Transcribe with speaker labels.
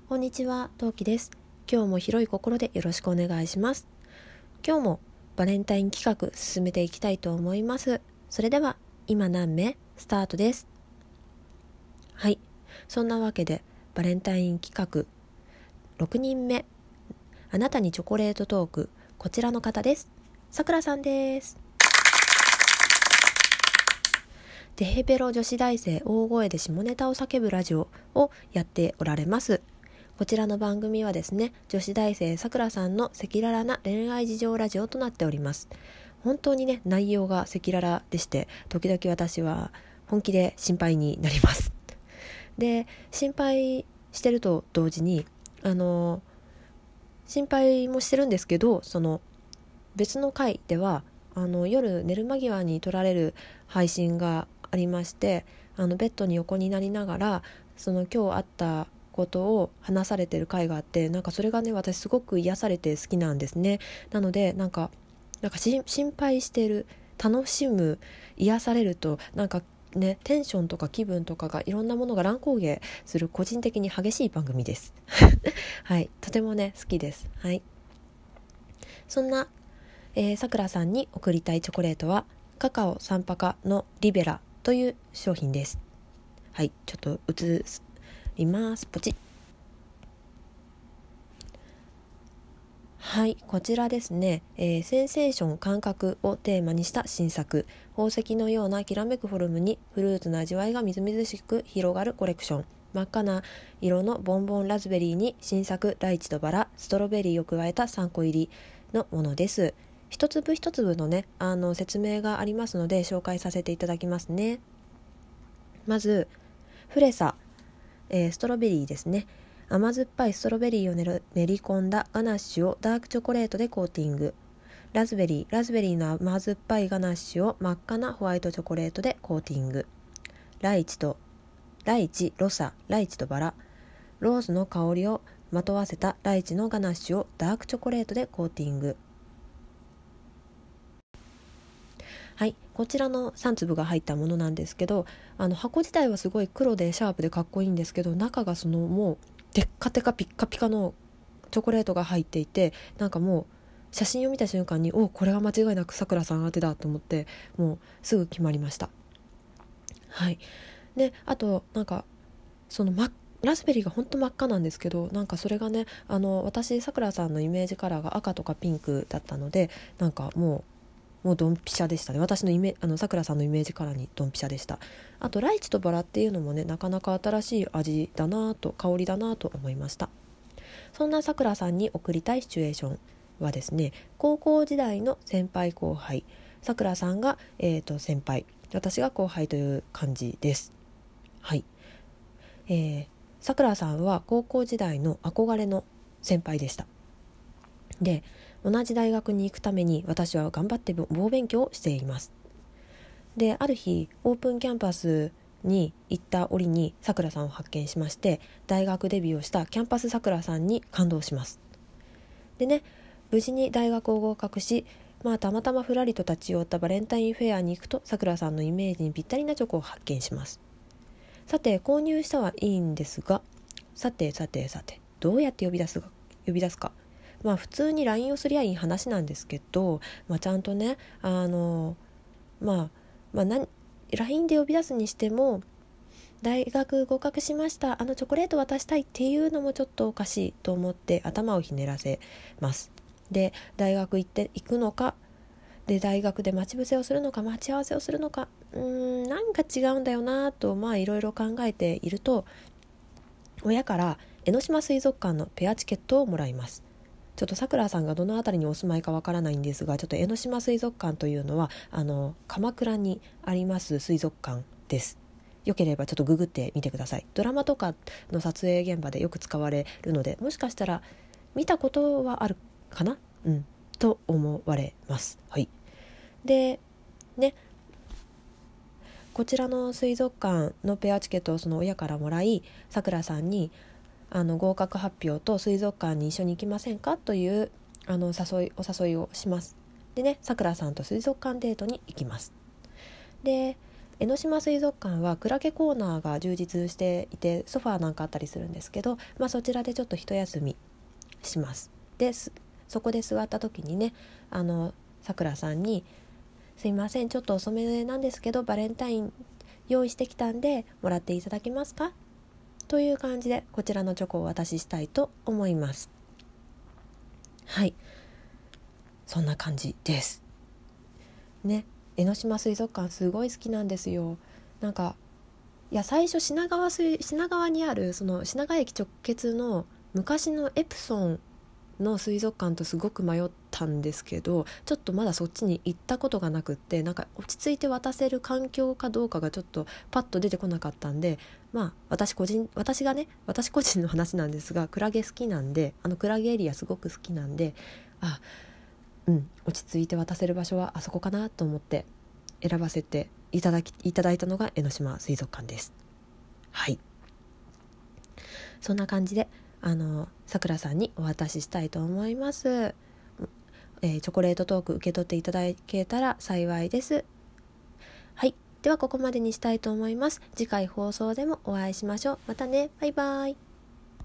Speaker 1: こんにちは、トウキです。今日も広い心でよろしくお願いします。今日もバレンタイン企画進めていきたいと思います。それでは今何目スタートです。はい、そんなわけでバレンタイン企画6人目、あなたにチョコレートトーク、こちらの方です。さくらさんです。デヘベロ女子大生大声で下ネタを叫ぶラジオをやっておられます。こちらの番組はですね、女子大生さくらさんの赤裸々な恋愛事情ラジオとなっております。本当にね、内容が赤裸々でして、時々私は本気で心配になります。で、心配してると同時に、心配もしてるんですけど、その別の回では夜寝る間際に撮られる配信がありまして、ベッドに横になりながらその今日あったことを話されてる回があって、なんかそれがね、私すごく癒されて好きなんですね。なのでなんか心配してる、楽しむ、癒されるとなんかね、テンションとか気分とかがいろんなものが乱高下する個人的に激しい番組ですはい、とてもね好きです。はい、そんなさくらさんに贈りたいチョコレートはカカオ3パカのリベラという商品です。はい、ちょっと映ります。ポチッ。はい、こちらですね、センセーション感覚をテーマにした新作、宝石のようなきらめくフォルムにフルーツの味わいがみずみずしく広がるコレクション。真っ赤な色のボンボンラズベリーに新作ライチとバラ、ストロベリーを加えた3個入りのものです。一粒一粒のね、説明がありますので紹介させていただきますね。まずフレサ、ストロベリーですね。甘酸っぱいストロベリーを練り込んだガナッシュをダークチョコレートでコーティング。ラズベリーの甘酸っぱいガナッシュを真っ赤なホワイトチョコレートでコーティング。ライチ、ロサ、ライチとバラ、ローズの香りをまとわせたライチのガナッシュをダークチョコレートでコーティング。はい、こちらの3粒が入ったものなんですけど、箱自体はすごい黒でシャープでかっこいいんですけど、中がそのもうテッカテカピッカピカのチョコレートが入っていて、なんかもう写真を見た瞬間にこれが間違いなくさくらさん当てだと思って、もうすぐ決まりました。はい、であとなんかそのラズベリーが本当真っ赤なんですけど、なんかそれがね、私さくらさんのイメージカラーが赤とかピンクだったので、なんかもうドンピシャでしたね。私のさくらさんのイメージカラーにドンピシャでした。あとライチとバラっていうのもね、なかなか新しい味だなと、香りだなと思いました。そんなさくらさんに送りたいシチュエーションはですね、高校時代の先輩後輩、さくらさんが、先輩、私が後輩という感じです。はい、さくらさんは高校時代の憧れの先輩でした。で、同じ大学に行くために私は頑張って猛勉強をしています。で、ある日オープンキャンパスに行った折にさくらさんを発見しまして、大学デビューをしたキャンパスさくらさんに感動します。でね、無事に大学を合格し、たまたまふらりと立ち寄ったバレンタインフェアに行くと、さくらさんのイメージにぴったりなチョコを発見します。さて購入したはいいんですが、さてどうやって呼び出すか。普通に LINE をすりゃいい話なんですけど、ちゃんとね、LINE で呼び出すにしても、大学合格しました、チョコレート渡したいっていうのもちょっとおかしいと思って頭をひねらせます。で、大学行くのか、で大学で待ち合わせをするのか、なんか違うんだよなといろいろ考えていると、親から江ノ島水族館のペアチケットをもらいます。ちょっとさくらさんがどのあたりにお住まいかわからないんですが、ちょっと江ノ島水族館というのは鎌倉にあります水族館です。よければちょっとググってみてください。ドラマとかの撮影現場でよく使われるので、もしかしたら見たことはあるかな、と思われます。はい。でね、こちらの水族館のペアチケットをその親からもらい、さくらさんに合格発表と水族館に一緒に行きませんかというお誘いをします。でね、さくらさんと水族館デートに行きます。で、 江ノ島水族館はクラゲコーナーが充実していてソファーなんかあったりするんですけど、そちらでちょっと一休みします。でそこで座った時にね、さくらさんにすいませんちょっと遅めなんですけどバレンタイン用意してきたんでもらっていただけますかという感じでこちらのチョコをお渡ししたいと思います。はい、そんな感じですね。江ノ島水族館すごい好きなんですよ。なんか最初品川にあるその品川駅直結の昔のエプソンの水族館とすごく迷ったんですけど、ちょっとまだそっちに行ったことがなくって、なんか落ち着いて渡せる環境かどうかがちょっとパッと出てこなかったんで、私個人の話なんですが、クラゲ好きなんで、クラゲエリアすごく好きなんで、落ち着いて渡せる場所はあそこかなと思って選ばせていただいたのが江ノ島水族館です。はい、そんな感じでさくらさんにお渡ししたいと思います。チョコレートトーク受け取っていただけたら幸いです。はい、ではここまでにしたいと思います。次回放送でもお会いしましょう。またね、バイバイ。